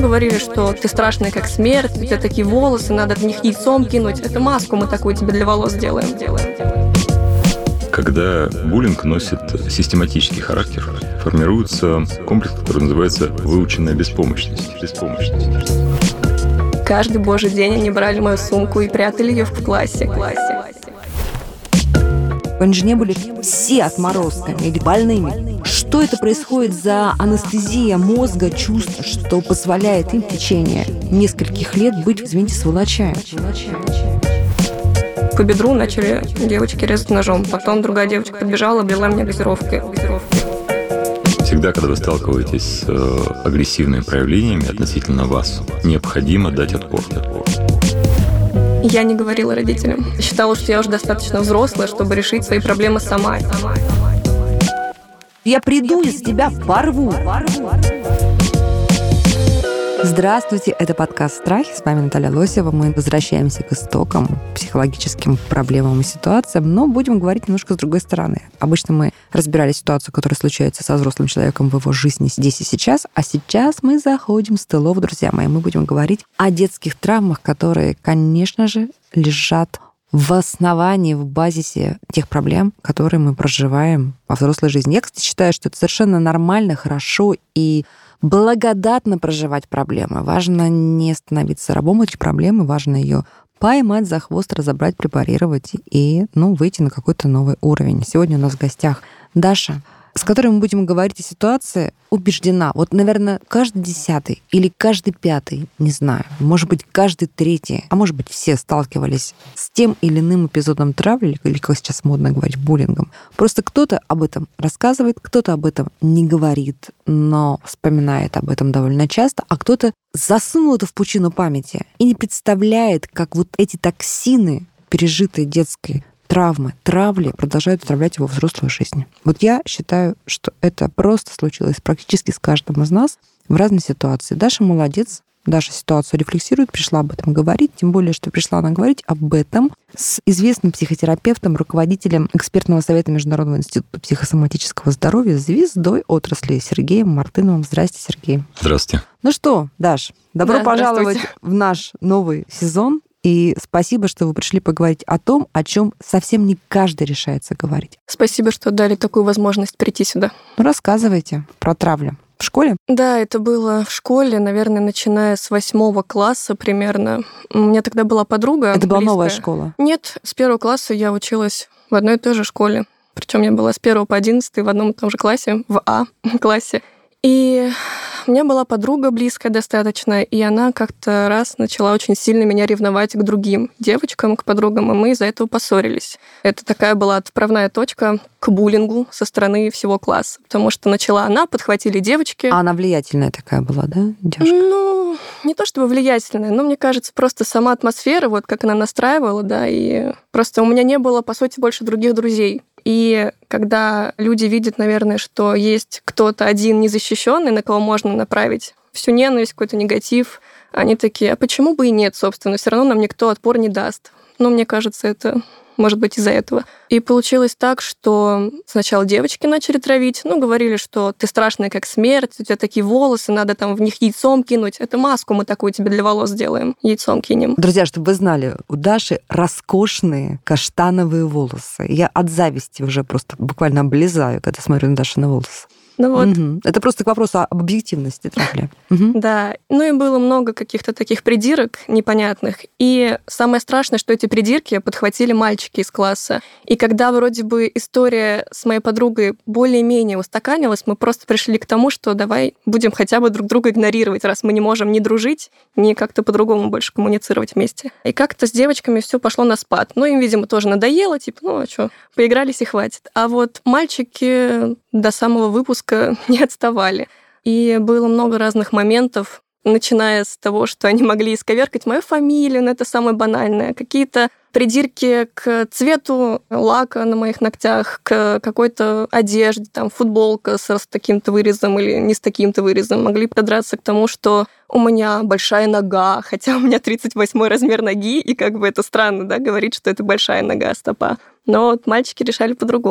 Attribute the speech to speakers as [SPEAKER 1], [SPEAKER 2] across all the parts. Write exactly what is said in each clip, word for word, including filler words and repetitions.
[SPEAKER 1] говорили, что ты страшная как смерть, у тебя такие волосы, надо в них яйцом кинуть. Это маску мы такую тебе для волос делаем. делаем.
[SPEAKER 2] Когда буллинг носит систематический характер, формируется комплекс, который называется выученная беспомощность. беспомощность.
[SPEAKER 1] Каждый божий день они брали мою сумку и прятали ее в классе.
[SPEAKER 3] Они же не были все отморозками или больными. Что это происходит за анестезия мозга, чувств, что позволяет им в течение нескольких лет быть, извините, сволочами?
[SPEAKER 1] По бедру начали девочки резать ножом. Потом другая девочка подбежала, облила меня газировкой.
[SPEAKER 2] Всегда, когда вы сталкиваетесь с э, агрессивными проявлениями относительно вас, необходимо дать отпор.
[SPEAKER 1] Я не говорила родителям. Считала, что я уже достаточно взрослая, чтобы решить свои проблемы сама.
[SPEAKER 3] Я приду и с тебя порву. Здравствуйте, это подкаст «Страхи». С вами Наталья Лосева. Мы возвращаемся к истокам, психологическим проблемам и ситуациям, но будем говорить немножко с другой стороны. Обычно мы разбирали ситуацию, которая случается со взрослым человеком в его жизни здесь и сейчас, а сейчас мы заходим с тылов, друзья мои. Мы будем говорить о детских травмах, которые, конечно же, лежат в основании, в базисе тех проблем, которые мы проживаем во взрослой жизни. Я, кстати, считаю, что это совершенно нормально, хорошо и благодатно проживать проблемы. Важно не становиться рабом этих проблем, важно ее поймать за хвост, разобрать, препарировать и ну, выйти на какой-то новый уровень. Сегодня у нас в гостях Даша, с которой мы будем говорить о ситуации, убеждена. Вот, наверное, каждый десятый или каждый пятый, не знаю, может быть, каждый третий, а может быть, все сталкивались с тем или иным эпизодом травли, или, как сейчас модно говорить, буллингом. Просто кто-то об этом рассказывает, кто-то об этом не говорит, но вспоминает об этом довольно часто, а кто-то засунул это в пучину памяти и не представляет, как вот эти токсины, пережитые детской травмы, травли продолжают отравлять его взрослую жизнь. Вот я считаю, что это просто случилось практически с каждым из нас в разной ситуации. Даша молодец, Даша ситуацию рефлексирует, пришла об этом говорить, тем более, что пришла она говорить об этом с известным психотерапевтом, руководителем экспертного совета Международного института психосоматического здоровья, звездой отрасли Сергеем Мартыновым. Здрасте, Сергей.
[SPEAKER 2] Здравствуйте.
[SPEAKER 3] Ну что, Даш, добро
[SPEAKER 1] да,
[SPEAKER 3] пожаловать в наш новый сезон. И спасибо, что вы пришли поговорить о том, о чем совсем не каждый решается говорить.
[SPEAKER 1] Спасибо, что дали такую возможность прийти сюда.
[SPEAKER 3] Ну, рассказывайте про травлю. В школе?
[SPEAKER 1] Да, это было в школе, наверное, начиная с восьмого класса примерно. У меня тогда была подруга.
[SPEAKER 3] Это была
[SPEAKER 1] близкая.
[SPEAKER 3] Новая школа?
[SPEAKER 1] Нет, с первого класса я училась в одной и той же школе. Причем я была с первого по одиннадцатый в одном и том же классе, в А-классе. И у меня была подруга близкая достаточно, и она как-то раз начала очень сильно меня ревновать к другим девочкам, к подругам, и мы из-за этого поссорились. Это такая была отправная точка к буллингу со стороны всего класса, потому что начала она, подхватили девочки.
[SPEAKER 3] А она влиятельная такая была, да, девушка?
[SPEAKER 1] Ну, не то чтобы влиятельная, но мне кажется, просто сама атмосфера, вот как она настраивала, да, и просто у меня не было, по сути, больше других друзей. И когда люди видят, наверное, что есть кто-то один незащищенный, на кого можно направить всю ненависть, какой-то негатив, они такие, а почему бы и нет, собственно, все равно нам никто отпор не даст. Но мне кажется, это может быть из-за этого. И получилось так, что сначала девочки начали травить, ну, говорили, что ты страшная как смерть, у тебя такие волосы, надо там в них яйцом кинуть. Это маску мы такую тебе для волос делаем, яйцом кинем.
[SPEAKER 3] Друзья, чтобы вы знали, у Даши роскошные каштановые волосы. Я от зависти уже просто буквально облизаю, когда смотрю на Дашины волосы.
[SPEAKER 1] Ну вот.
[SPEAKER 3] Угу. Это просто к вопросу об объективности травли. Угу.
[SPEAKER 1] Да. Ну и было много каких-то таких придирок непонятных. И самое страшное, что эти придирки подхватили мальчики из класса. И когда вроде бы история с моей подругой более-менее устаканилась, мы просто пришли к тому, что давай будем хотя бы друг друга игнорировать, раз мы не можем ни дружить, ни как-то по-другому больше коммуницировать вместе. И как-то с девочками все пошло на спад. Ну, им, видимо, тоже надоело, типа, ну а что, поигрались и хватит. А вот мальчики до самого выпуска не отставали. И было много разных моментов, начиная с того, что они могли исковеркать мою фамилию, но это самое банальное, какие-то придирки к цвету лака на моих ногтях, к какой-то одежде, там, футболка с, с таким-то вырезом или не с таким-то вырезом. Могли придраться к тому, что у меня большая нога, хотя у меня тридцать восьмой размер ноги, и как бы это странно, да, говорить, что это большая нога, стопа. Но вот мальчики решали по-другому.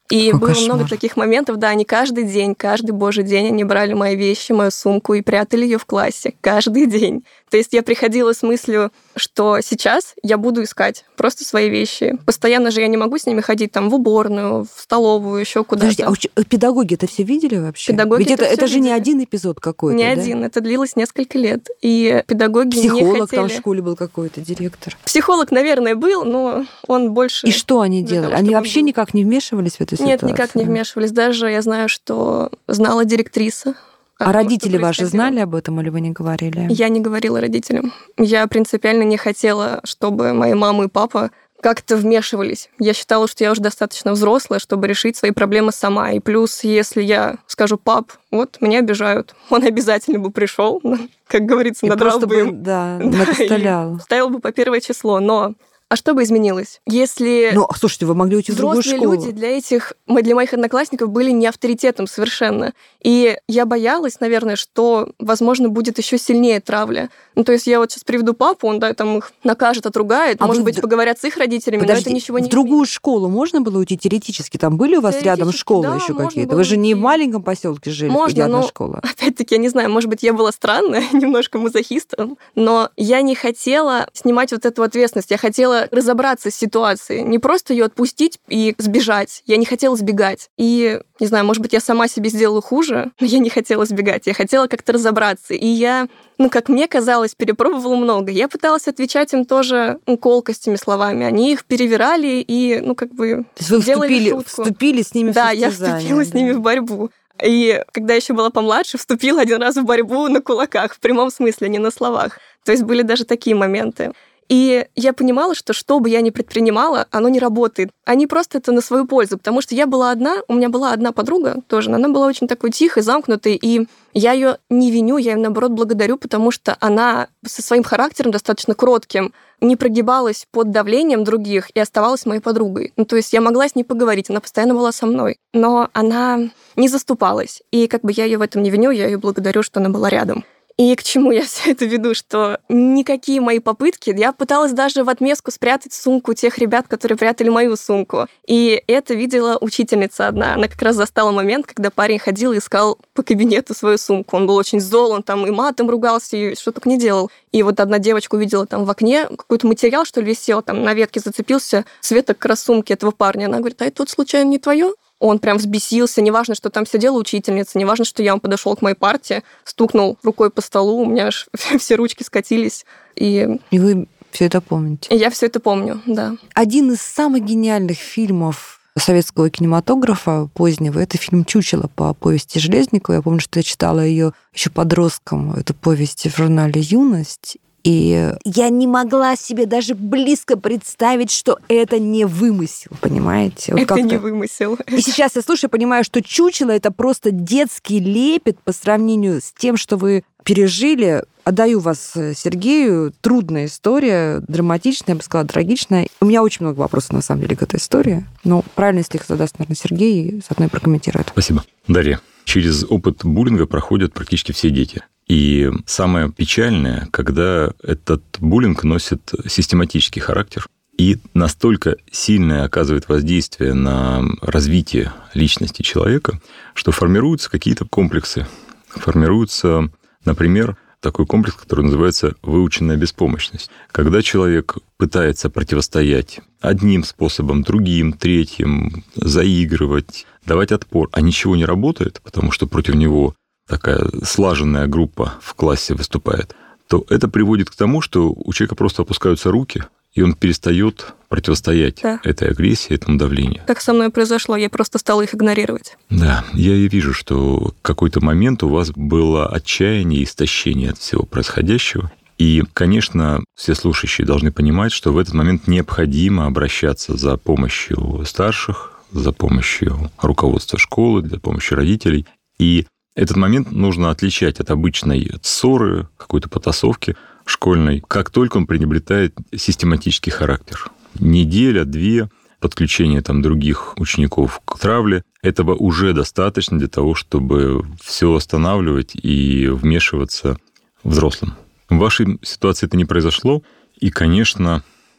[SPEAKER 1] И
[SPEAKER 3] Какой
[SPEAKER 1] было
[SPEAKER 3] кошмар.
[SPEAKER 1] много таких моментов, да, они каждый день, каждый божий день они брали мои вещи, мою сумку и прятали ее в классе. Каждый день. То есть я приходила с мыслью, что сейчас я буду искать просто свои вещи. Постоянно же я не могу с ними ходить там в уборную, в столовую, еще куда-то.
[SPEAKER 3] Подожди, а уч- педагоги это все видели вообще?
[SPEAKER 1] Педагоги
[SPEAKER 3] Ведь это,
[SPEAKER 1] это
[SPEAKER 3] это
[SPEAKER 1] всё
[SPEAKER 3] же не
[SPEAKER 1] видели.
[SPEAKER 3] один эпизод какой-то,
[SPEAKER 1] Не
[SPEAKER 3] да?
[SPEAKER 1] один, это длилось несколько лет. И педагоги не
[SPEAKER 3] Психолог
[SPEAKER 1] хотели...
[SPEAKER 3] там в школе был какой-то, директор.
[SPEAKER 1] Психолог, наверное, был, но он больше...
[SPEAKER 3] И что они
[SPEAKER 1] для
[SPEAKER 3] делали?
[SPEAKER 1] того,
[SPEAKER 3] Они
[SPEAKER 1] чтобы
[SPEAKER 3] вообще
[SPEAKER 1] был.
[SPEAKER 3] никак не вмешивались в эту
[SPEAKER 1] Нет,
[SPEAKER 3] ситуацию?
[SPEAKER 1] никак не вмешивались. Даже я знаю, что знала директриса.
[SPEAKER 3] А
[SPEAKER 1] о том,
[SPEAKER 3] родители
[SPEAKER 1] что
[SPEAKER 3] ваши
[SPEAKER 1] происходило.
[SPEAKER 3] знали об этом или вы не говорили?
[SPEAKER 1] Я не говорила родителям. Я принципиально не хотела, чтобы мои мама и папа как-то вмешивались. Я считала, что я уже достаточно взрослая, чтобы решить свои проблемы сама. И плюс, если я скажу: пап, вот, меня обижают, он обязательно бы пришел, как говорится,
[SPEAKER 3] И
[SPEAKER 1] надрал
[SPEAKER 3] просто
[SPEAKER 1] бы
[SPEAKER 3] бы,
[SPEAKER 1] им,
[SPEAKER 3] да,
[SPEAKER 1] да,
[SPEAKER 3] накостылял.
[SPEAKER 1] и ставил бы по первое число. Но а что бы изменилось, если...
[SPEAKER 3] Ну, слушайте, вы могли уйти в другую
[SPEAKER 1] Взрослые
[SPEAKER 3] школу.
[SPEAKER 1] люди для этих, мы- для моих одноклассников были не авторитетом совершенно. И я боялась, наверное, что, возможно, будет еще сильнее травля. Ну, то есть я вот сейчас приведу папу, он, да, там их накажет, отругает,
[SPEAKER 3] А
[SPEAKER 1] может
[SPEAKER 3] вы
[SPEAKER 1] быть,
[SPEAKER 3] в-
[SPEAKER 1] поговорят с их родителями,
[SPEAKER 3] Подожди,
[SPEAKER 1] но это ничего не
[SPEAKER 3] в другую
[SPEAKER 1] изменит.
[SPEAKER 3] школу можно было уйти теоретически? Там были у вас рядом
[SPEAKER 1] Теоретически,
[SPEAKER 3] школы
[SPEAKER 1] да,
[SPEAKER 3] еще
[SPEAKER 1] можно
[SPEAKER 3] какие-то?
[SPEAKER 1] было
[SPEAKER 3] Вы же не в
[SPEAKER 1] уйти.
[SPEAKER 3] маленьком поселке жили,
[SPEAKER 1] Можно,
[SPEAKER 3] где одна
[SPEAKER 1] но-
[SPEAKER 3] школа.
[SPEAKER 1] Опять-таки, я не знаю, может быть, я была странная, немножко мазохистом, но я не хотела снимать вот эту ответственность. Я хотела разобраться с ситуацией, не просто ее отпустить и сбежать. Я не хотела сбегать. И, не знаю, может быть, я сама себе сделала хуже, но я не хотела сбегать. Я хотела как-то разобраться. И я, ну, как мне казалось, перепробовала много. Я пыталась отвечать им тоже ну, колкостями словами. Они их перевирали и, ну, как бы
[SPEAKER 3] То есть вы
[SPEAKER 1] делали
[SPEAKER 3] вступили,
[SPEAKER 1] шутку.
[SPEAKER 3] вступили с ними
[SPEAKER 1] Да,
[SPEAKER 3] в
[SPEAKER 1] я
[SPEAKER 3] состязание,
[SPEAKER 1] вступила с
[SPEAKER 3] да.
[SPEAKER 1] ними в борьбу. И когда еще была помладше, вступила один раз в борьбу на кулаках, в прямом смысле, не на словах. То есть были даже такие моменты. И я понимала, что что бы я ни предпринимала, оно не работает. Они просто это на свою пользу, потому что я была одна, у меня была одна подруга тоже, но она была очень такой тихой, замкнутой, и я ее не виню, я ее, наоборот, благодарю, потому что она со своим характером достаточно кротким не прогибалась под давлением других и оставалась моей подругой. Ну, то есть я могла с ней поговорить, она постоянно была со мной, но она не заступалась. И как бы я ее в этом не виню, я ее благодарю, что она была рядом. И к чему я все это веду, что никакие мои попытки... Я пыталась даже в отместку спрятать сумку тех ребят, которые прятали мою сумку. И это видела учительница одна. Она как раз застала момент, когда парень ходил и искал по кабинету свою сумку. Он был очень зол, он там и матом ругался, и что только не делал. И вот одна девочка увидела там в окне какой-то материал, что ли, висел, там на ветке зацепился, цвета как раз сумки этого парня. Она говорит: а это тут случайно не твое? Он прям взбесился, неважно, что там сидела учительница, неважно, что я он подошел к моей парте, стукнул рукой по столу, у меня аж все ручки скатились. И,
[SPEAKER 3] И вы все это помните.
[SPEAKER 1] и я все это помню, да.
[SPEAKER 3] Один из самых гениальных фильмов советского кинематографа позднего — это фильм «Чучело» по повести Железникова. Я помню, что я читала ее еще подростком, эту повесть в журнале «Юность». И я не могла себе даже близко представить, что это не вымысел, понимаете? Вот
[SPEAKER 1] это
[SPEAKER 3] как-то.
[SPEAKER 1] не вымысел.
[SPEAKER 3] И сейчас я слушаю, понимаю, что «Чучело» — это просто детский лепет по сравнению с тем, что вы пережили. Отдаю вас Сергею. Трудная история, драматичная, я бы сказала, трагичная. У меня очень много вопросов, на самом деле, к этой истории. Но правильно, если их задаст, наверное, Сергей, и заодно и прокомментирует.
[SPEAKER 2] Спасибо. Дарья, через опыт буллинга проходят практически все дети. И самое печальное, когда этот буллинг носит систематический характер и настолько сильное оказывает воздействие на развитие личности человека, что формируются какие-то комплексы. Формируется, например, такой комплекс, который называется выученная беспомощность. Когда человек пытается противостоять одним способом, другим, третьим, заигрывать, давать отпор, а ничего не работает, потому что против него такая слаженная группа в классе выступает, то это приводит к тому, что у человека просто опускаются руки, и он перестает противостоять
[SPEAKER 1] Да.
[SPEAKER 2] этой агрессии, этому давлению.
[SPEAKER 1] Так со мной произошло, я просто стала их игнорировать.
[SPEAKER 2] Да, я и вижу, что в какой-то момент у вас было отчаяние и истощение от всего происходящего. И, конечно, все слушающие должны понимать, что в этот момент необходимо обращаться за помощью старших, за помощью руководства школы, за помощью родителей. И этот момент нужно отличать от обычной ссоры, какой-то потасовки школьной, как только он приобретает систематический характер. Неделя, две, подключение там других учеников к травле, этого уже достаточно для того, чтобы все останавливать и вмешиваться взрослым. В вашей ситуации это не произошло, и, конечно,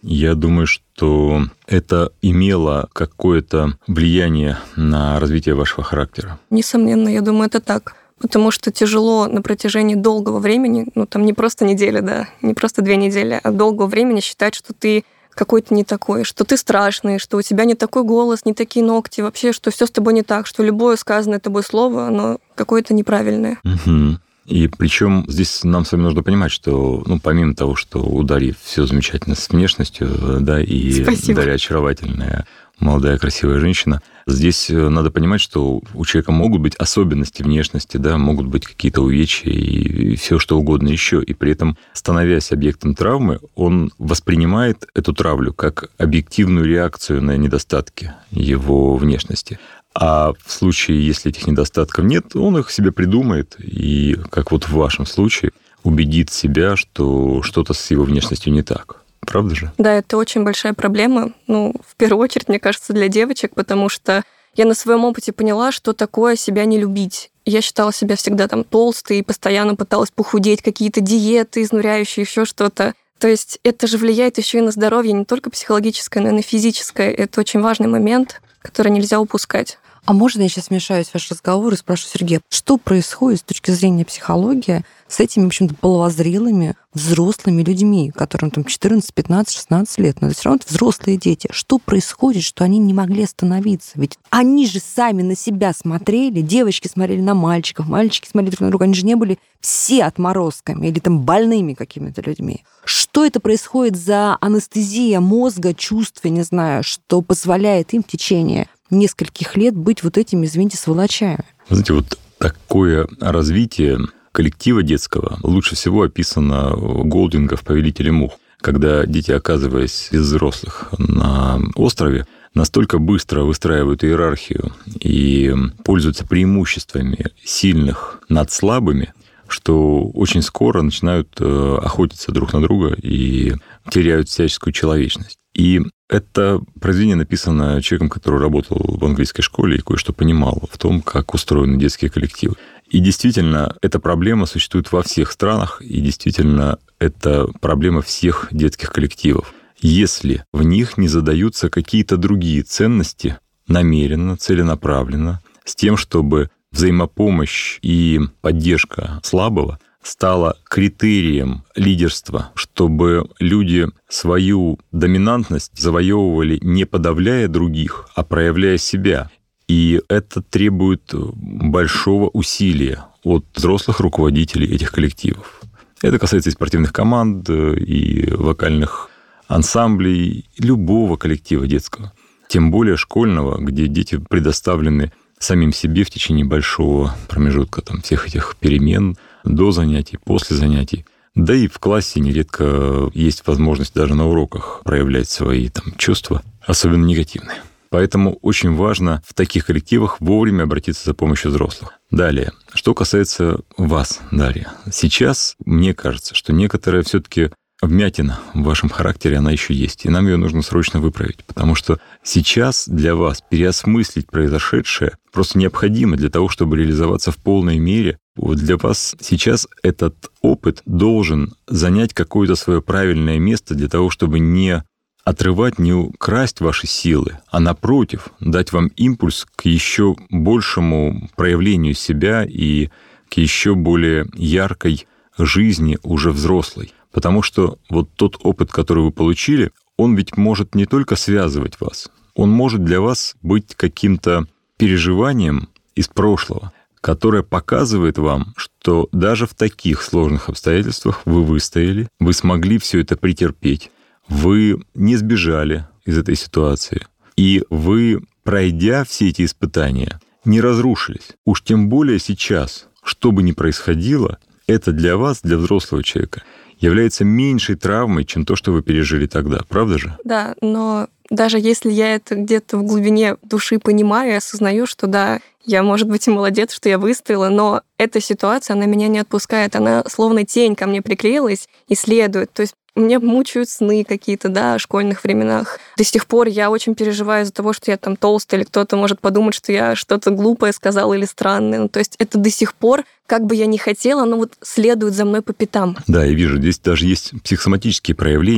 [SPEAKER 2] Я думаю, что это имело какое-то влияние на развитие вашего характера.
[SPEAKER 1] Несомненно, я думаю, это так. Потому что тяжело на протяжении долгого времени, ну там не просто неделя, да, не просто две недели, а долгого времени считать, что ты какой-то не такой, что ты страшный, что у тебя не такой голос, не такие ногти, вообще, что все с тобой не так, что любое сказанное тобой слово, оно какое-то неправильное.
[SPEAKER 2] Угу. И причем здесь нам с вами нужно понимать, что, ну, помимо того, что у Дарьи все замечательно с внешностью, да, и
[SPEAKER 1] Спасибо.
[SPEAKER 2] Дарья очаровательная, молодая, красивая женщина, здесь надо понимать, что у человека могут быть особенности внешности, да, могут быть какие-то увечья и все что угодно еще. И при этом, становясь объектом травмы, он воспринимает эту травлю как объективную реакцию на недостатки его внешности. А в случае, если этих недостатков нет, он их себе придумает и, как вот в вашем случае, убедит себя, что что-то с его внешностью не так. Правда же?
[SPEAKER 1] Да, это очень большая проблема. Ну, в первую очередь, мне кажется, для девочек, потому что я на своем опыте поняла, что такое себя не любить. Я считала себя всегда там толстой и постоянно пыталась похудеть, какие-то диеты изнуряющие, еще что-то. То есть это же влияет еще и на здоровье, не только психологическое, но и на физическое. Это очень важный момент, который нельзя упускать.
[SPEAKER 3] А можно я сейчас вмешаюсь в ваш разговор и спрошу Сергея, что происходит с точки зрения психологии с этими, в общем-то, половозрелыми взрослыми людьми, которым там четырнадцать, пятнадцать, шестнадцать лет, но это все равно это взрослые дети. Что происходит, что они не могли остановиться? Ведь они же сами на себя смотрели, девочки смотрели на мальчиков, мальчики смотрели друг на друга, они же не были все отморозками или там больными какими-то людьми. Что это происходит за анестезия мозга, чувства, не знаю, что позволяет им в течение нескольких лет быть вот этими, извините, сволочами?
[SPEAKER 2] Вы знаете, вот такое развитие коллектива детского лучше всего описано Голдинга в «Повелителе мух», когда дети, оказываясь без взрослых на острове, настолько быстро выстраивают иерархию и пользуются преимуществами сильных над слабыми, что очень скоро начинают охотиться друг на друга и теряют всяческую человечность. И это произведение написано человеком, который работал в английской школе и кое-что понимал в том, как устроены детские коллективы. И действительно, эта проблема существует во всех странах, и действительно, это проблема всех детских коллективов. Если в них не задаются какие-то другие ценности намеренно, целенаправленно, с тем, чтобы взаимопомощь и поддержка слабого стала критерием лидерства, чтобы люди свою доминантность завоевывали, не подавляя других, а проявляя себя. И это требует большого усилия от взрослых руководителей этих коллективов. Это касается и спортивных команд, и вокальных ансамблей, любого коллектива детского. Тем более школьного, где дети предоставлены самим себе в течение большого промежутка там, всех этих перемен, до занятий, после занятий. Да и в классе нередко есть возможность даже на уроках проявлять свои там, чувства, особенно негативные. Поэтому очень важно в таких коллективах вовремя обратиться за помощью взрослых. Далее, что касается вас, Дарья. Сейчас мне кажется, что некоторая все-таки вмятина в вашем характере, она еще есть, и нам ее нужно срочно выправить, потому что сейчас для вас переосмыслить произошедшее просто необходимо для того, чтобы реализоваться в полной мере. Вот для вас сейчас этот опыт должен занять какое-то свое правильное место для того, чтобы не отрывать, не украсть ваши силы, а напротив, дать вам импульс к еще большему проявлению себя и к еще более яркой жизни уже взрослой. Потому что вот тот опыт, который вы получили, он ведь может не только связывать вас, он может для вас быть каким-то переживанием из прошлого, которое показывает вам, что даже в таких сложных обстоятельствах вы выстояли, вы смогли все это претерпеть, вы не сбежали из этой ситуации, и вы, пройдя все эти испытания, не разрушились. Уж тем более сейчас, что бы ни происходило, это для вас, для взрослого человека, является меньшей травмой, чем то, что вы пережили тогда. Правда же?
[SPEAKER 1] Да, но даже если я это где-то в глубине души понимаю и осознаю, что да, я, может быть, и молодец, что я выстояла, но эта ситуация, она меня не отпускает. Она словно тень ко мне приклеилась и следует. То есть меня мучают сны какие-то, да, о школьных временах. До сих пор я очень переживаю из-за того, что я там толстая, или кто-то может подумать, что я что-то глупое сказала или странное. Ну, то есть это до сих пор, как бы я ни хотела, оно вот следует за мной по пятам.
[SPEAKER 2] Да, я вижу, здесь даже есть психосоматические проявления.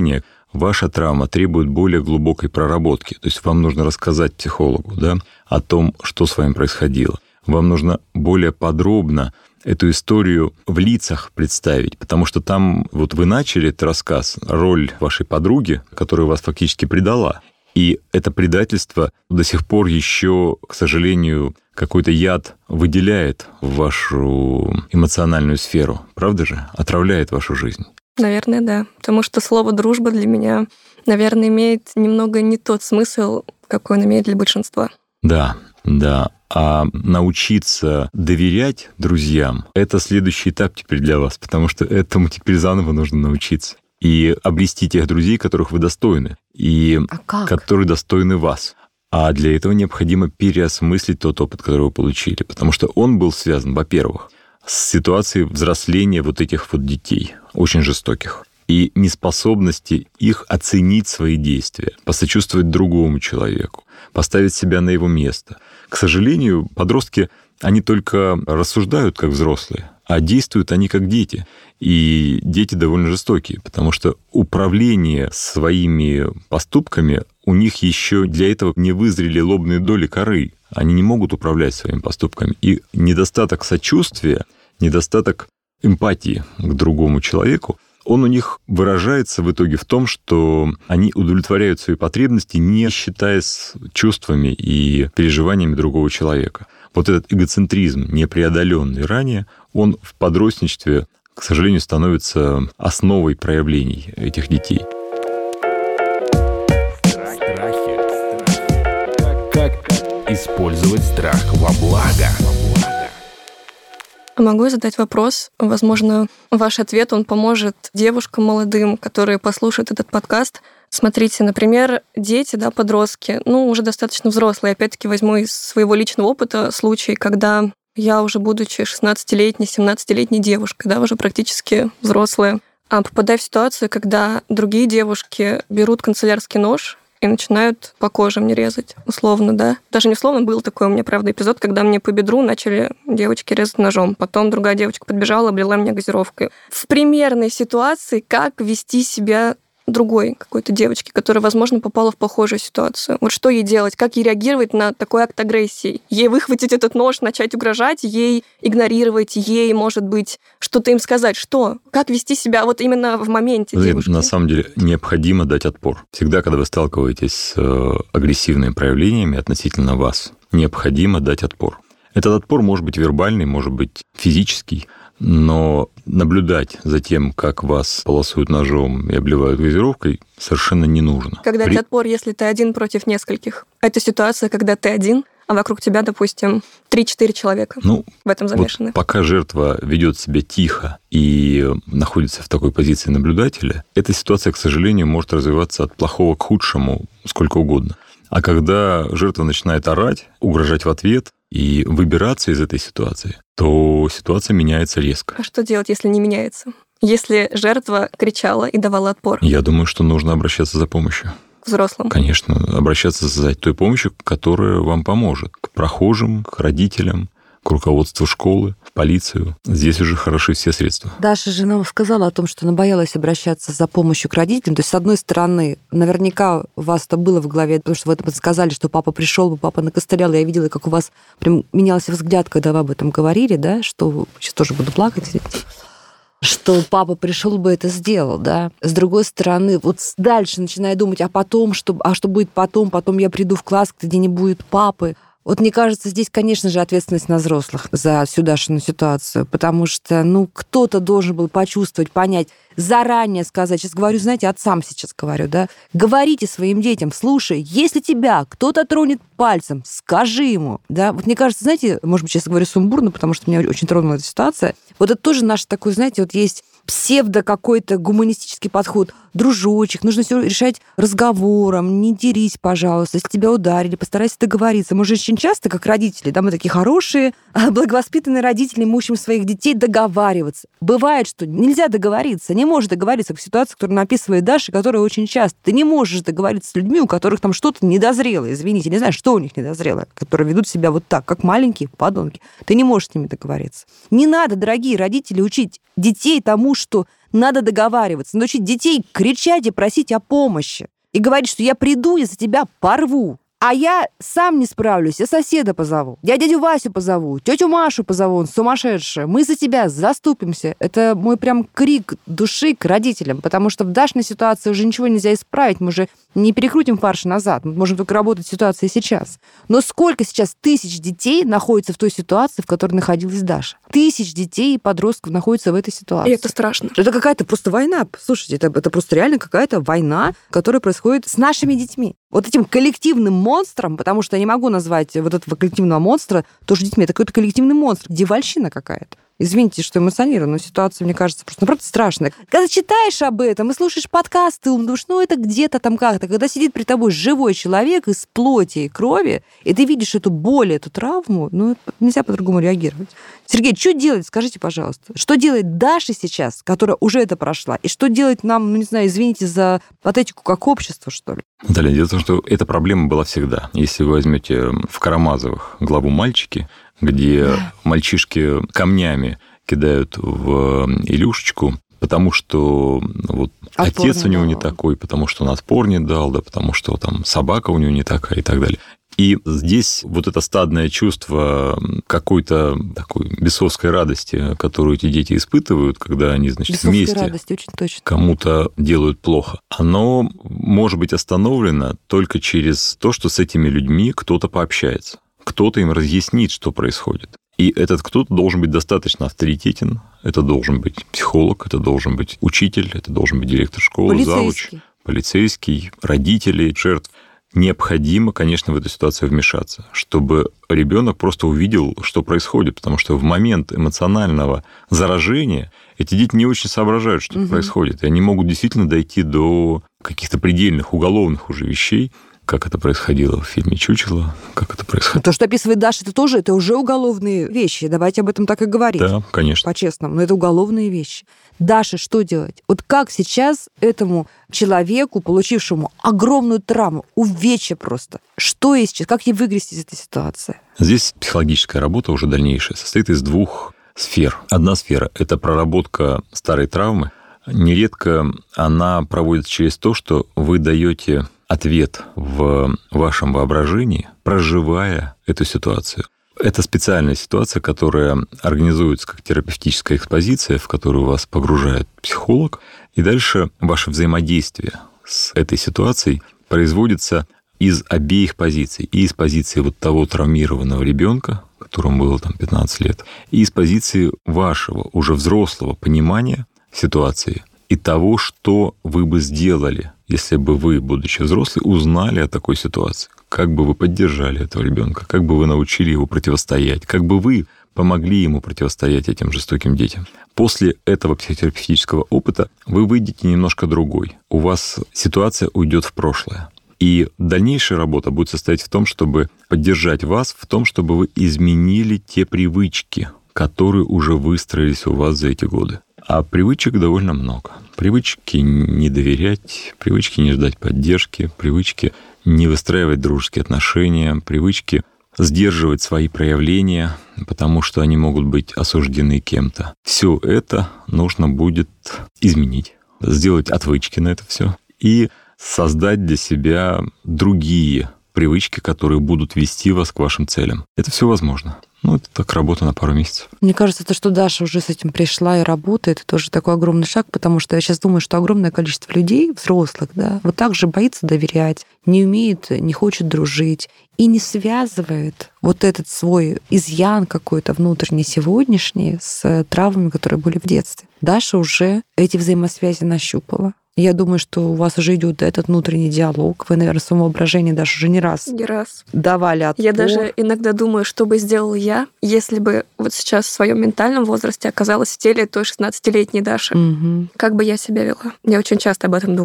[SPEAKER 2] ваша травма требует более глубокой проработки. То есть вам нужно рассказать психологу, да, о том, что с вами происходило. Вам нужно более подробно эту историю в лицах представить, потому что там, вот вы начали этот рассказ, роль вашей подруги, которая вас фактически предала. И это предательство до сих пор еще, к сожалению, какой-то яд выделяет в вашу эмоциональную сферу, правда же? Отравляет вашу жизнь.
[SPEAKER 1] Наверное, да. Потому что слово «дружба» для меня, наверное, имеет немного не тот смысл, какой он имеет для большинства.
[SPEAKER 2] Да, да. А научиться доверять друзьям – это следующий этап теперь для вас, потому что этому теперь заново нужно научиться. И обрести тех друзей, которых вы достойны, и
[SPEAKER 3] а
[SPEAKER 2] которые достойны вас. А для этого необходимо переосмыслить тот опыт, который вы получили, потому что он был связан, во-первых, с ситуацией взросления вот этих вот детей, очень жестоких, и неспособности их оценить свои действия, посочувствовать другому человеку, поставить себя на его место. К сожалению, подростки, они только рассуждают как взрослые, а действуют они как дети. И дети довольно жестокие, потому что управление своими поступками у них еще для этого не вызрели лобные доли коры. Они не могут управлять своими поступками. И недостаток сочувствия, недостаток эмпатии к другому человеку, он у них выражается в итоге в том, что они удовлетворяют свои потребности, не считаясь чувствами и переживаниями другого человека. Вот этот эгоцентризм, непреодоленный ранее, он в подростничестве, к сожалению, становится основой проявлений этих детей.
[SPEAKER 4] Страхи. Как использовать страх во благо?
[SPEAKER 1] Могу я задать вопрос? Возможно, ваш ответ, он поможет девушкам молодым, которые послушают этот подкаст. Смотрите, например, дети, да, подростки, ну, уже достаточно взрослые. Опять-таки возьму из своего личного опыта случай, когда я уже, будучи шестнадцатилетней, семнадцатилетней девушкой, да, уже практически взрослая, а попадаю в ситуацию, когда другие девушки берут канцелярский нож и начинают по коже мне резать, условно, да. Даже не условно, был такой у меня, правда, эпизод, когда мне по бедру начали девочки резать ножом. Потом другая девочка подбежала, облила меня газировкой. В примерной ситуации как вести себя другой какой-то девочки, которая, возможно, попала в похожую ситуацию. Вот что ей делать? Как ей реагировать на такой акт агрессии? Ей выхватить этот нож, начать угрожать, ей игнорировать, ей, может быть, что-то им сказать? Что? Как вести себя вот именно в моменте девушки?
[SPEAKER 2] На самом деле необходимо дать отпор. Всегда, когда вы сталкиваетесь с агрессивными проявлениями относительно вас, необходимо дать отпор. Этот отпор может быть вербальный, может быть физический, но наблюдать за тем, как вас полосуют ножом и обливают газировкой, совершенно не нужно.
[SPEAKER 1] Когда
[SPEAKER 2] При...
[SPEAKER 1] это отпор, если ты один против нескольких. Это ситуация, когда ты один, а вокруг тебя, допустим, три-четыре человека
[SPEAKER 2] ну,
[SPEAKER 1] в этом замешаны.
[SPEAKER 2] Вот пока жертва ведет себя тихо и находится в такой позиции наблюдателя, эта ситуация, к сожалению, может развиваться от плохого к худшему сколько угодно. А когда жертва начинает орать, угрожать в ответ и выбираться из этой ситуации, то ситуация меняется резко.
[SPEAKER 1] А что делать, если не меняется? Если жертва кричала и давала отпор?
[SPEAKER 2] Я думаю, что нужно обращаться за помощью.
[SPEAKER 1] К взрослым?
[SPEAKER 2] Конечно, обращаться за той помощью, которая вам поможет. К прохожим, к родителям, к руководству школы, в полицию. Здесь уже хороши все средства.
[SPEAKER 3] Даша же нам сказала о том, что она боялась обращаться за помощью к родителям. То есть, с одной стороны, наверняка у вас это было в голове, потому что вы это сказали, что папа пришел, папа накостылял. Я видела, как у вас прям менялся взгляд, когда вы об этом говорили, да, что сейчас тоже буду плакать, что папа пришел бы это сделал, да. С другой стороны, вот дальше начинаю думать, а потом, что, а что будет потом? Потом я приду в класс, где не будет папы. Вот мне кажется, здесь, конечно же, ответственность на взрослых за всю Дашину ситуацию, потому что, ну, кто-то должен был почувствовать, понять, заранее сказать. Сейчас говорю, знаете, отцам сейчас говорю, да, говорите своим детям, слушай, если тебя кто-то тронет пальцем, скажи ему, да. Вот мне кажется, знаете, может быть, сейчас говорю сумбурно, потому что меня очень тронула эта ситуация. Вот это тоже наш такой, знаете, вот есть псевдо какой-то гуманистический подход. Дружочек, нужно все решать разговором, не дерись, пожалуйста. Если тебя ударили, постарайся договориться. Мы же очень часто, как родители, да, мы такие хорошие, благовоспитанные родители, мы учим своих детей договариваться. Бывает, что нельзя договориться, не можешь договориться, как ситуация, которую написывает Даша, которая очень часто. Ты не можешь договориться с людьми, у которых там что-то недозрело, извините, не знаю, что у них недозрело, которые ведут себя вот так, как маленькие подонки. Ты не можешь с ними договориться. Не надо, дорогие родители, учить детей тому, что надо договариваться, научить детей кричать и просить о помощи. И говорить, что я приду и за тебя порву. А я сам не справлюсь, я соседа позову, я дядю Васю позову, тетю Машу позову, он сумасшедшая. Мы за тебя заступимся. Это мой прям крик души к родителям, потому что в Дашиной ситуации уже ничего нельзя исправить, мы уже не перекрутим фарш назад, мы можем только работать в ситуации сейчас. Но сколько сейчас тысяч детей находится в той ситуации, в которой находилась Даша? Тысяч детей и подростков находятся в этой ситуации.
[SPEAKER 1] И это страшно.
[SPEAKER 3] Это какая-то просто война. Слушайте, это, это просто реально какая-то война, которая происходит с нашими детьми. Вот этим коллективным монстром, потому что я не могу назвать вот этого коллективного монстра тоже детьми, это какой-то коллективный монстр, девальщина какая-то. Извините, что эмоционирую, но ситуация, мне кажется, просто наоборот страшная. Когда читаешь об этом и слушаешь подкасты, думаешь, ну это где-то там как-то. Когда сидит перед тобой живой человек из плоти и крови, и ты видишь эту боль, эту травму, ну нельзя по-другому реагировать. Сергей, что делать, скажите, пожалуйста. Что делает Даша сейчас, которая уже это прошла? И что делать нам, ну не знаю, извините за патетику, как общество, что ли?
[SPEAKER 2] Наталья, дело в том, что эта проблема была всегда. Если вы возьмете в Карамазовых главу «Мальчики», где мальчишки камнями кидают в Илюшечку, потому что вот отпор отец у него дал. Не такой, потому что он отпор не дал, да, потому что там собака у него не такая и так далее. И здесь вот это стадное чувство какой-то такой бесовской радости, которую эти дети испытывают, когда они, значит, бесовской вместе радости, очень точно. Кому-то делают плохо, оно может быть остановлено только через то, что с этими людьми кто-то пообщается. Кто-то им разъяснит, что происходит. И этот кто-то должен быть достаточно авторитетен. Это должен быть психолог, это должен быть учитель, это должен быть директор школы, завуч, полицейский, родители жертв. Необходимо, конечно, в эту ситуацию вмешаться, чтобы ребенок просто увидел, что происходит, потому что в момент эмоционального заражения эти дети не очень соображают, что угу. происходит, и они могут действительно дойти до каких-то предельных уголовных уже вещей, как это происходило в фильме «Чучело», как это происходило.
[SPEAKER 3] То, что описывает Даша, это тоже это уже уголовные вещи. Давайте об этом так и говорить.
[SPEAKER 2] Да, конечно.
[SPEAKER 3] По-честному. Но это уголовные вещи. Даша, что делать? Вот как сейчас этому человеку, получившему огромную травму, увечье просто, что есть сейчас? Как ей выгрести из этой ситуации?
[SPEAKER 2] Здесь психологическая работа уже дальнейшая состоит из двух сфер. Одна сфера – это проработка старой травмы. Нередко она проводится через то, что вы даете ответ в вашем воображении, проживая эту ситуацию. Это специальная ситуация, которая организуется как терапевтическая экспозиция, в которую вас погружает психолог, и дальше ваше взаимодействие с этой ситуацией производится из обеих позиций. И из позиции вот того травмированного ребенка, которому было там пятнадцать лет, и из позиции вашего уже взрослого понимания ситуации и того, что вы бы сделали, если бы вы, будучи взрослым, узнали о такой ситуации. Как бы вы поддержали этого ребенка, как бы вы научили его противостоять, как бы вы помогли ему противостоять этим жестоким детям. После этого психотерапевтического опыта вы выйдете немножко другой. У вас ситуация уйдет в прошлое. И дальнейшая работа будет состоять в том, чтобы поддержать вас в том, чтобы вы изменили те привычки, которые уже выстроились у вас за эти годы. А привычек довольно много. Привычки не доверять, привычки не ждать поддержки, привычки не выстраивать дружеские отношения, привычки сдерживать свои проявления, потому что они могут быть осуждены кем-то. Все это нужно будет изменить, сделать отвычки на это все и создать для себя другие привычки, которые будут вести вас к вашим целям. Это все возможно. Ну, это так работа на пару месяцев.
[SPEAKER 3] Мне кажется, то, что Даша уже с этим пришла и работает, это тоже такой огромный шаг, потому что я сейчас думаю, что огромное количество людей, взрослых, да, вот так же боится доверять, не умеет, не хочет дружить и не связывает вот этот свой изъян какой-то внутренний сегодняшний с травмами, которые были в детстве. Даша уже эти взаимосвязи нащупала. Я думаю, что у вас уже идет этот внутренний диалог. Вы, наверное, в своем воображении даже уже не раз,
[SPEAKER 1] не раз.
[SPEAKER 3] давали отпор.
[SPEAKER 1] Я даже иногда думаю, что бы сделала я, если бы вот сейчас в своем ментальном возрасте оказалась в теле той шестнадцатилетней Даши.
[SPEAKER 3] Угу.
[SPEAKER 1] Как бы я себя вела? Я очень часто об этом думаю.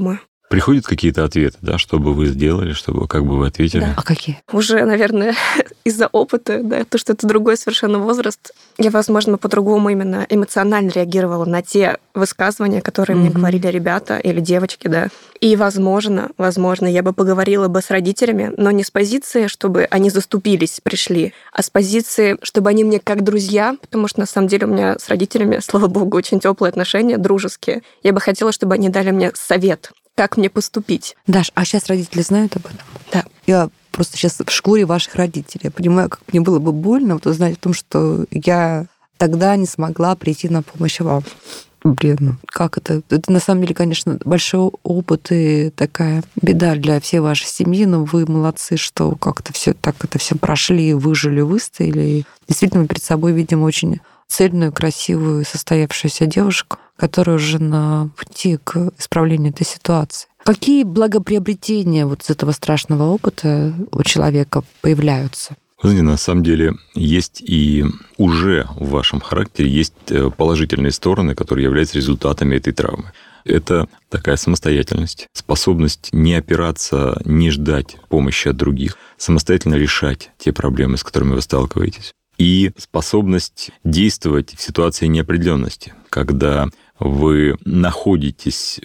[SPEAKER 2] Приходят какие-то ответы, да, что бы вы сделали, чтобы, как бы вы ответили?
[SPEAKER 1] Да.
[SPEAKER 3] А какие?
[SPEAKER 1] Уже, наверное, из-за опыта, да, то, что это другой совершенно возраст, я, возможно, по-другому именно эмоционально реагировала на те высказывания, которые mm-hmm. мне говорили ребята или девочки, да. И, возможно, возможно, я бы поговорила бы с родителями, но не с позиции, чтобы они заступились, пришли, а с позиции, чтобы они мне как друзья, потому что, на самом деле, у меня с родителями, слава богу, очень теплые отношения, дружеские. Я бы хотела, чтобы они дали мне совет, как мне поступить.
[SPEAKER 3] Даш, а сейчас родители знают об этом?
[SPEAKER 1] Да.
[SPEAKER 3] Я просто сейчас в шкуре ваших родителей. Я понимаю, как мне было бы больно вот узнать о том, что я тогда не смогла прийти на помощь вам. Блин, ну как это? Это на самом деле, конечно, большой опыт и такая беда для всей вашей семьи, но вы молодцы, что как-то все так это все прошли, выжили, выстояли. И действительно, мы перед собой видим очень цельную, красивую, состоявшуюся девушку, которая уже на пути к исправлению этой ситуации. Какие благоприобретения вот с этого страшного опыта у человека появляются?
[SPEAKER 2] Вы знаете, на самом деле есть и уже в вашем характере есть положительные стороны, которые являются результатами этой травмы. Это такая самостоятельность, способность не опираться, не ждать помощи от других, самостоятельно решать те проблемы, с которыми вы сталкиваетесь. И способность действовать в ситуации неопределенности, когда вы находитесь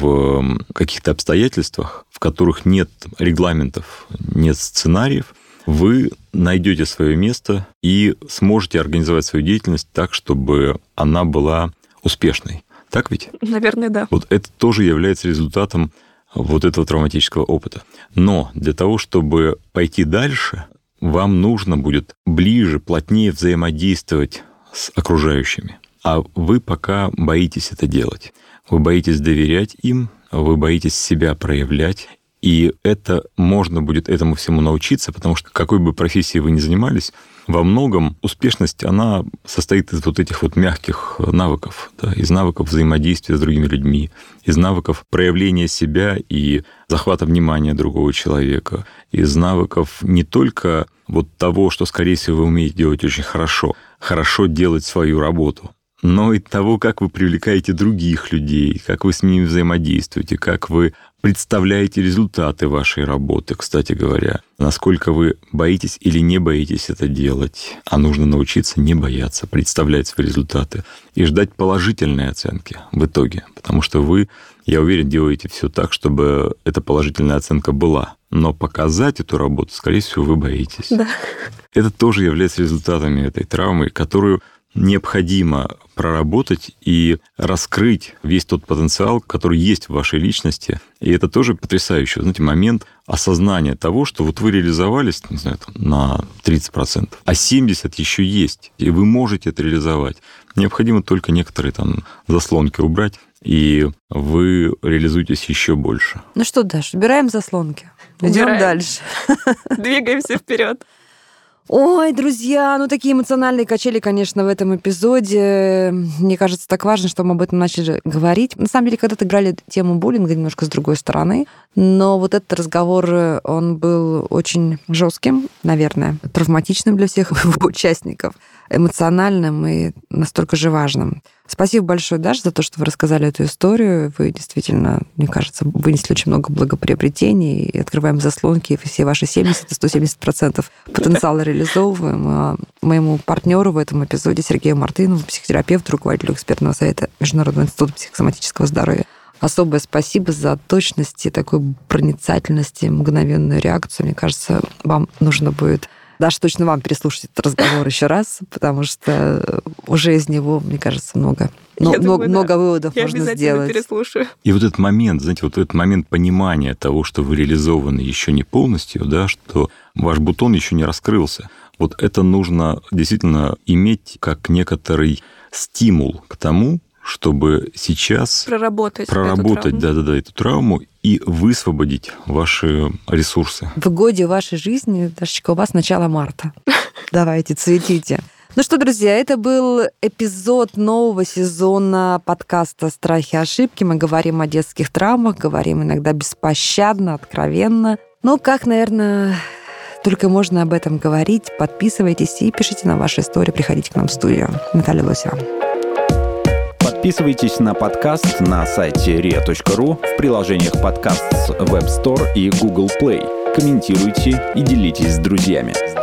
[SPEAKER 2] в каких-то обстоятельствах, в которых нет регламентов, нет сценариев, вы найдете свое место и сможете организовать свою деятельность так, чтобы она была успешной. Так ведь?
[SPEAKER 1] Наверное, да.
[SPEAKER 2] Вот это тоже является результатом вот этого травматического опыта. Но для того, чтобы пойти дальше, вам нужно будет ближе, плотнее взаимодействовать с окружающими. А вы пока боитесь это делать. Вы боитесь доверять им, вы боитесь себя проявлять. И это можно будет этому всему научиться, потому что какой бы профессией вы ни занимались, во многом успешность, она состоит из вот этих вот мягких навыков, да, из навыков взаимодействия с другими людьми, из навыков проявления себя и захвата внимания другого человека, из навыков не только вот того, что, скорее всего, вы умеете делать очень хорошо, хорошо делать свою работу, но и того, как вы привлекаете других людей, как вы с ними взаимодействуете, как вы представляете результаты вашей работы, кстати говоря, насколько вы боитесь или не боитесь это делать, а нужно научиться не бояться, представлять свои результаты и ждать положительной оценки в итоге, потому что вы, я уверен, делаете все так, чтобы эта положительная оценка была, но показать эту работу, скорее всего, вы боитесь.
[SPEAKER 1] Да.
[SPEAKER 2] Это тоже является результатами этой травмы, которую необходимо проработать и раскрыть весь тот потенциал, который есть в вашей личности. И это тоже потрясающий, знаете, момент осознания того, что вот вы реализовались, не знаю, там, на тридцать процентов, а семьдесят процентов еще есть, и вы можете это реализовать. Необходимо только некоторые там заслонки убрать, и вы реализуетесь еще больше.
[SPEAKER 3] Ну что, Даш, убираем заслонки. Идем дальше.
[SPEAKER 1] Двигаемся вперед.
[SPEAKER 3] Ой, друзья, ну такие эмоциональные качели, конечно, в этом эпизоде. Мне кажется, так важно, что мы об этом начали говорить. На самом деле, когда-то играли тему буллинга немножко с другой стороны, но вот этот разговор, он был очень жестким, наверное, травматичным для всех его участников, эмоциональным и настолько же важным. Спасибо большое, Даша, за то, что вы рассказали эту историю. Вы действительно, мне кажется, вынесли очень много благоприобретений. И открываем заслонки, и все ваши семьдесят и сто семьдесят процентов потенциала реализовываем. А моему партнеру в этом эпизоде, Сергею Мартынову, психотерапевту, руководителю экспертного совета Международного института психосоматического здоровья, особое спасибо за точность и такую проницательность и мгновенную реакцию. Мне кажется, вам нужно будет... Даша, точно вам переслушать этот разговор еще раз, потому что уже из него, мне кажется, много, но,
[SPEAKER 1] думаю,
[SPEAKER 3] много,
[SPEAKER 1] да.
[SPEAKER 3] много выводов
[SPEAKER 1] Я
[SPEAKER 3] можно сделать.
[SPEAKER 1] Я обязательно переслушаю.
[SPEAKER 2] И вот этот момент, знаете, вот этот момент понимания того, что вы реализованы еще не полностью, да, что ваш бутон еще не раскрылся, вот это нужно действительно иметь как некоторый стимул к тому, чтобы сейчас
[SPEAKER 1] проработать,
[SPEAKER 2] проработать да, да, да, эту травму и высвободить ваши ресурсы.
[SPEAKER 3] В годе вашей жизни, Дашечка, у вас начало марта. Давайте, цветите. Ну что, друзья, это был эпизод нового сезона подкаста «Страхи и ошибки». Мы говорим о детских травмах, говорим иногда беспощадно, откровенно. Ну, как, наверное, только можно об этом говорить. Подписывайтесь и пишите нам ваши истории. Приходите к нам в студию. Наталья Лосева.
[SPEAKER 5] Подписывайтесь на подкаст на сайте риа точка ру, в приложениях подкаст с Web Store и Google Play. Комментируйте и делитесь с друзьями.